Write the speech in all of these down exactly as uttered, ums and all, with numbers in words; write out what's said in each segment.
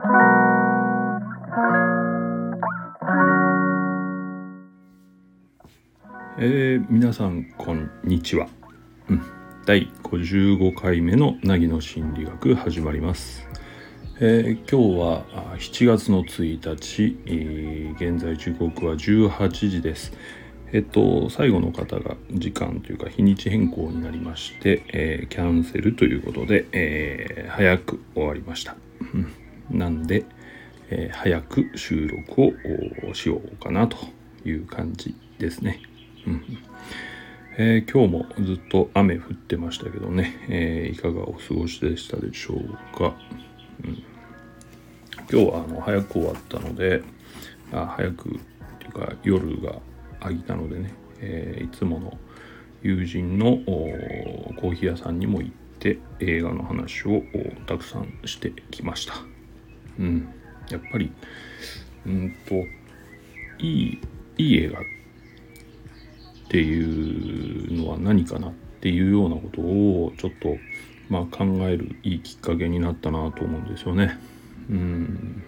えー、皆さんこんにちは、うん、だいごじゅうごかいめの凪の心理学始まります。えー、今日はしちがつのついたち、えー、現在時刻はじゅうはちじです。えっと最後の方が時間というか日にち変更になりまして、えー、キャンセルということで、えー、早く終わりました。なんで、えー、早く収録をしようかなという感じですね。うんえー、今日もずっと雨降ってましたけどね、えー、いかがお過ごしでしたでしょうか。うん、今日はあの早く終わったので、あ早くっていうか夜が過ぎたのでね、えー、いつもの友人のコーヒー屋さんにも行って映画の話をたくさんしてきました。うん、やっぱりうんといいいい映画っていうのは何かなっていうようなことをちょっとまあ考えるいいきっかけになったなと思うんですよね。うん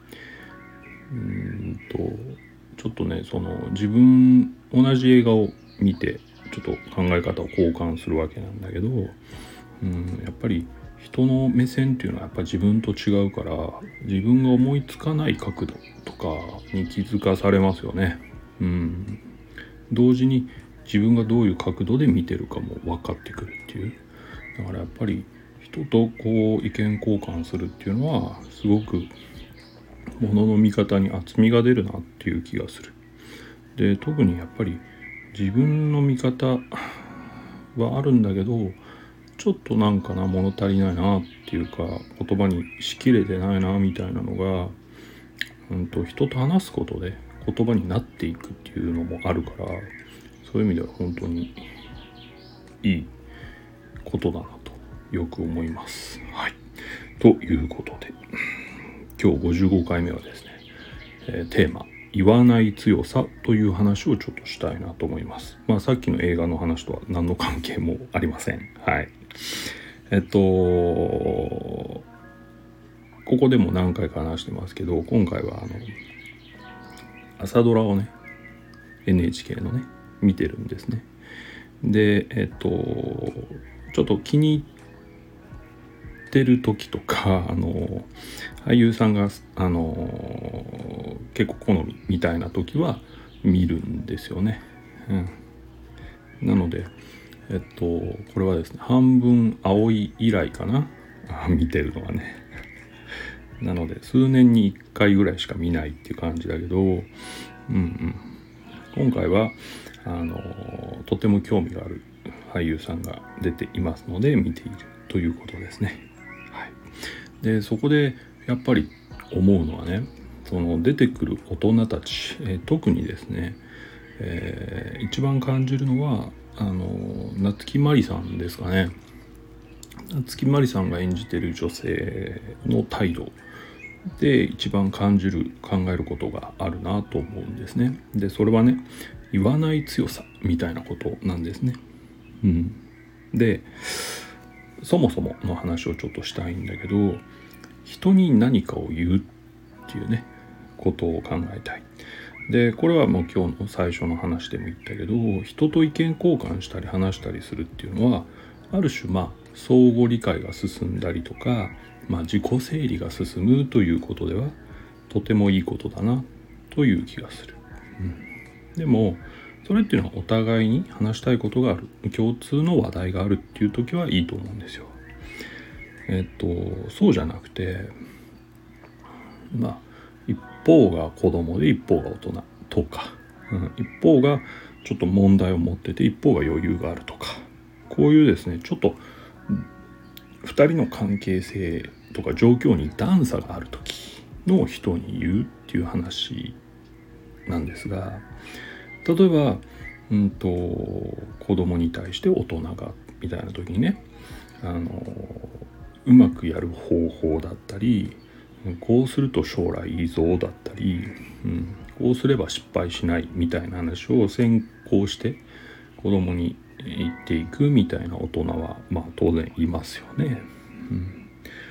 うんとちょっとねその自分同じ映画を見てちょっと考え方を交換するわけなんだけど、うんやっぱり人の目線っていうのはやっぱり自分と違うから自分が思いつかない角度とかに気づかされますよね。うん同時に自分がどういう角度で見てるかも分かってくるっていう。だからやっぱり人とこう意見交換するっていうのはすごく物の見方に厚みが出るなっていう気がする。で特にやっぱり自分の見方はあるんだけどちょっとなんかな物足りないなっていうか言葉にしきれてないなみたいなのが、うん、と人と話すことで言葉になっていくっていうのもあるからそういう意味では本当にいいことだなとよく思います。はい。ということで今日ごじゅうごかいめはですね、えー、テーマ言わない強さという話をちょっとしたいなと思います。まあさっきの映画の話とは何の関係もありません。はい。えっとここでも何回か話してますけど今回はあの朝ドラをね エヌエイチケー のね見てるんですね。でえっとちょっと気に入ってる時とかあの俳優さんがあの結構好みみたいな時は見るんですよね。うん、なのでえっとこれはですね半分青い以来かな見てるのはね。なので数年にいっかいぐらいしか見ないっていう感じだけど、うんうん、今回はあのとても興味がある俳優さんが出ていますので見ているということですね。はい、でそこでやっぱり思うのはねその出てくる大人たち、えー、特にですね、えー、一番感じるのはあの夏木マリさんですかね。夏木マリさんが演じている女性の態度で一番感じる考えることがあるなと思うんですね。でそれはね言わない強さみたいなことなんですね。うん、でそもそもの話をちょっとしたいんだけど人に何かを言うっていうねことを考えたい。でこれはもう今日の最初の話でも言ったけど人と意見交換したり話したりするっていうのはある種まあ相互理解が進んだりとか、まあ、自己整理が進むということではとてもいいことだなという気がする。うん、でもそれっていうのはお互いに話したいことがある共通の話題があるっていう時はいいと思うんですよ。えっとそうじゃなくてまあ一方が子供で一方が大人とか、うん、一方がちょっと問題を持ってて一方が余裕があるとかこういうですねちょっとふたりの関係性とか状況に段差がある時の人に言うっていう話なんですが例えば、うんと、子供に対して大人がみたいな時にねあのうまくやる方法だったりこうすると将来いいぞだったり、うん、こうすれば失敗しないみたいな話を先行して子供に言っていくみたいな大人はまあ当然いますよね。うん、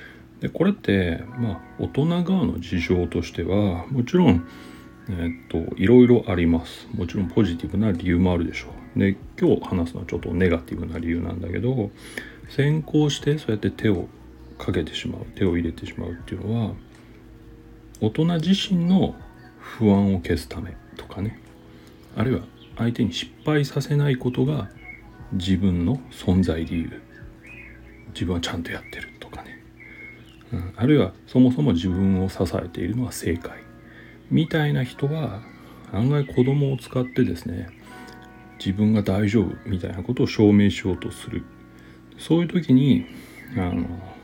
でこれってまあ大人側の事情としてはもちろんえっといろいろあります。もちろんポジティブな理由もあるでしょう。で今日話すのはちょっとネガティブな理由なんだけど、先行してそうやって手をかけてしまう、手を入れてしまうっていうのは大人自身の不安を消すためとかね、あるいは相手に失敗させないことが自分の存在理由、自分はちゃんとやってるとかね、うん、あるいはそもそも自分を支えているのは正解みたいな人は案外子供を使ってですね、自分が大丈夫みたいなことを証明しようとする。そういう時にあの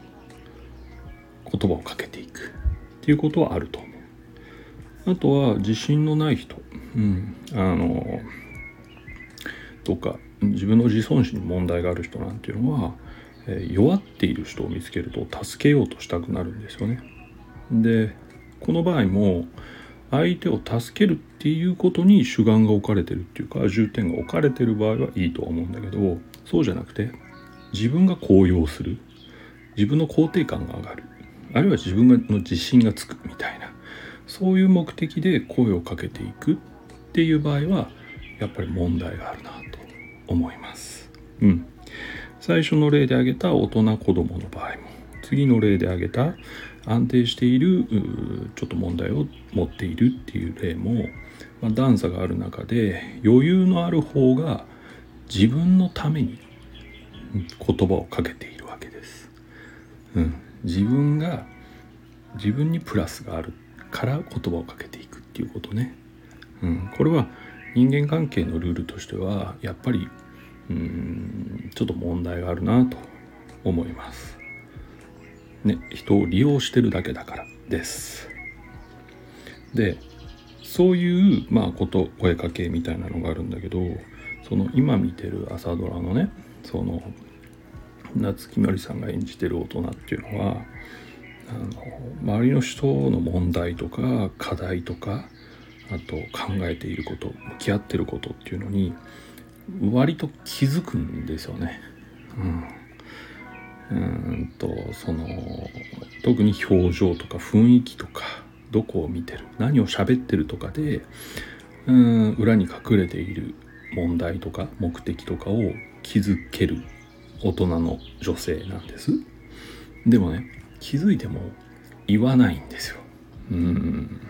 言葉をかけていくっていうことはあると思う。あとは自信のない人、うん、あのとか自分の自尊心に問題がある人なんていうのは、えー、弱っている人を見つけると助けようとしたくなるんですよね。でこの場合も相手を助けるっていうことに主眼が置かれてるっていうか重点が置かれてる場合はいいとは思うんだけど、そうじゃなくて自分が高揚する、自分の肯定感が上がる、あるいは自分の自信がつくみたいな、そういう目的で声をかけていくっていう場合はやっぱり問題があるなと思います。うん。最初の例で挙げた大人子供の場合も、次の例で挙げた安定しているちょっと問題を持っているっていう例も、まあ、段差がある中で余裕のある方が自分のために言葉をかけているわけです。うん、自分が自分にプラスがあるから言葉をかけていくっていうことね。うん、これは人間関係のルールとしてはやっぱりうーんちょっと問題があるなと思います。ね、人を利用してるだけだからです。で、そういうまあこと声かけみたいなのがあるんだけど、その今見てる朝ドラのね、その夏木マリさんが演じてる大人っていうのは、あの周りの人の問題とか課題とか、あと考えていること、向き合ってることっていうのに割と気づくんですよね。うん、うんとその特に表情とか雰囲気とか、どこを見てる、何を喋ってるとかで、うん裏に隠れている問題とか目的とかを気づける大人の女性なんです。でもね、気づいても言わないんですよ。うーん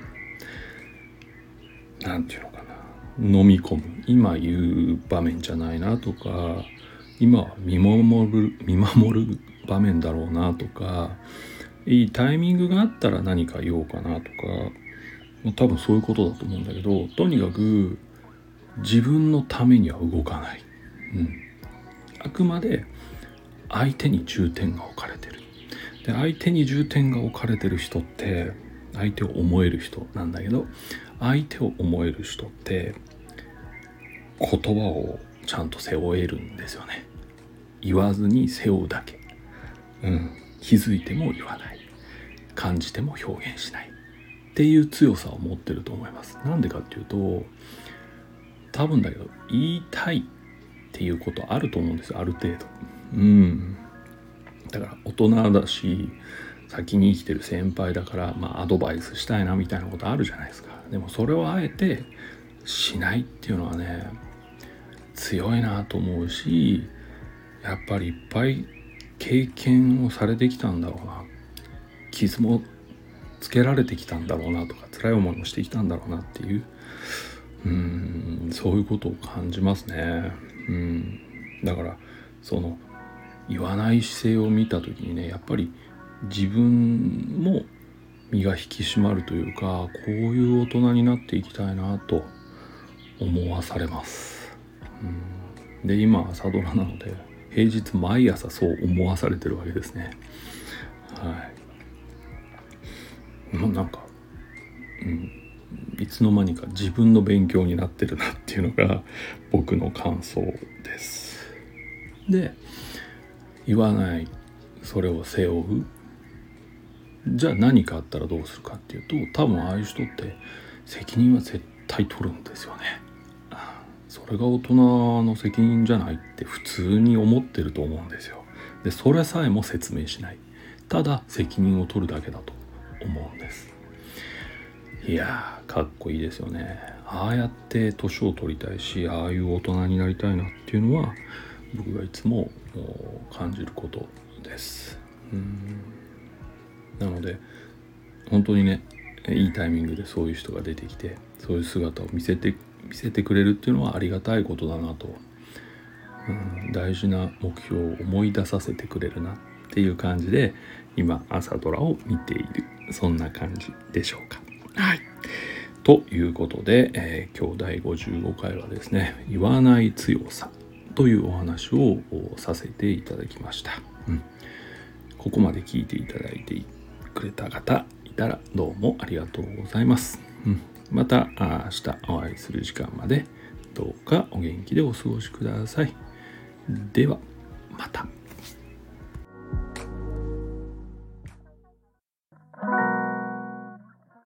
なんていうのかな、飲み込む、今言う場面じゃないなとか、今は見守る見守る場面だろうなとか、いいタイミングがあったら何か言おうかなとか、多分そういうことだと思うんだけど、とにかく自分のためには動かない、うん、あくまで相手に重点が置かれてる。で相手に重点が置かれてる人って相手を思える人なんだけど、相手を思える人って言葉をちゃんと背負えるんですよね。言わずに背負うだけ、うん、気づいても言わない、感じても表現しないっていう強さを持ってると思います。なんでかっていうと、多分だけど言いたいっていうことあると思うんですよ、ある程度。うんだから大人だし先に生きてる先輩だから、まあアドバイスしたいなみたいなことあるじゃないですか。でもそれをあえてしないっていうのはね、強いなと思うし、やっぱりいっぱい経験をされてきたんだろうな、傷もつけられてきたんだろうなとか、辛い思いもしてきたんだろうなっていう、うーんそういうことを感じますね。うんだからその言わない姿勢を見た時にね、やっぱり自分も身が引き締まるというか、こういう大人になっていきたいなと思わされます。うんで今朝ドラなので平日毎朝そう思わされてるわけですね。はいまあなんか、うん、いつの間にか自分の勉強になってるなっていうのが僕の感想です。で言わない、それを背負う。じゃあ何かあったらどうするかっていうと、多分ああいう人って責任は絶対取るんですよね。それが大人の責任じゃないって普通に思ってると思うんですよ。でそれさえも説明しないっただ責任を取るだけだと思うんです。いやーかっこいいですよね。ああやって年を取りたいし、ああいう大人になりたいなっていうのは僕がいつも感じることです。うん、なので本当にね、いいタイミングでそういう人が出てきて、そういう姿を見せて見せてくれるっていうのはありがたいことだなと、うん、大事な目標を思い出させてくれるなっていう感じで今朝ドラを見ている、そんな感じでしょうか。はい、ということで、えー、今日だいごじゅうごかいはですね、言わない強さというお話をさせていただきました。うん、ここまで聞いていただいてくれた方いたらどうもありがとうございます。うん、また明日お会いする時間までどうかお元気でお過ごしください。ではまた。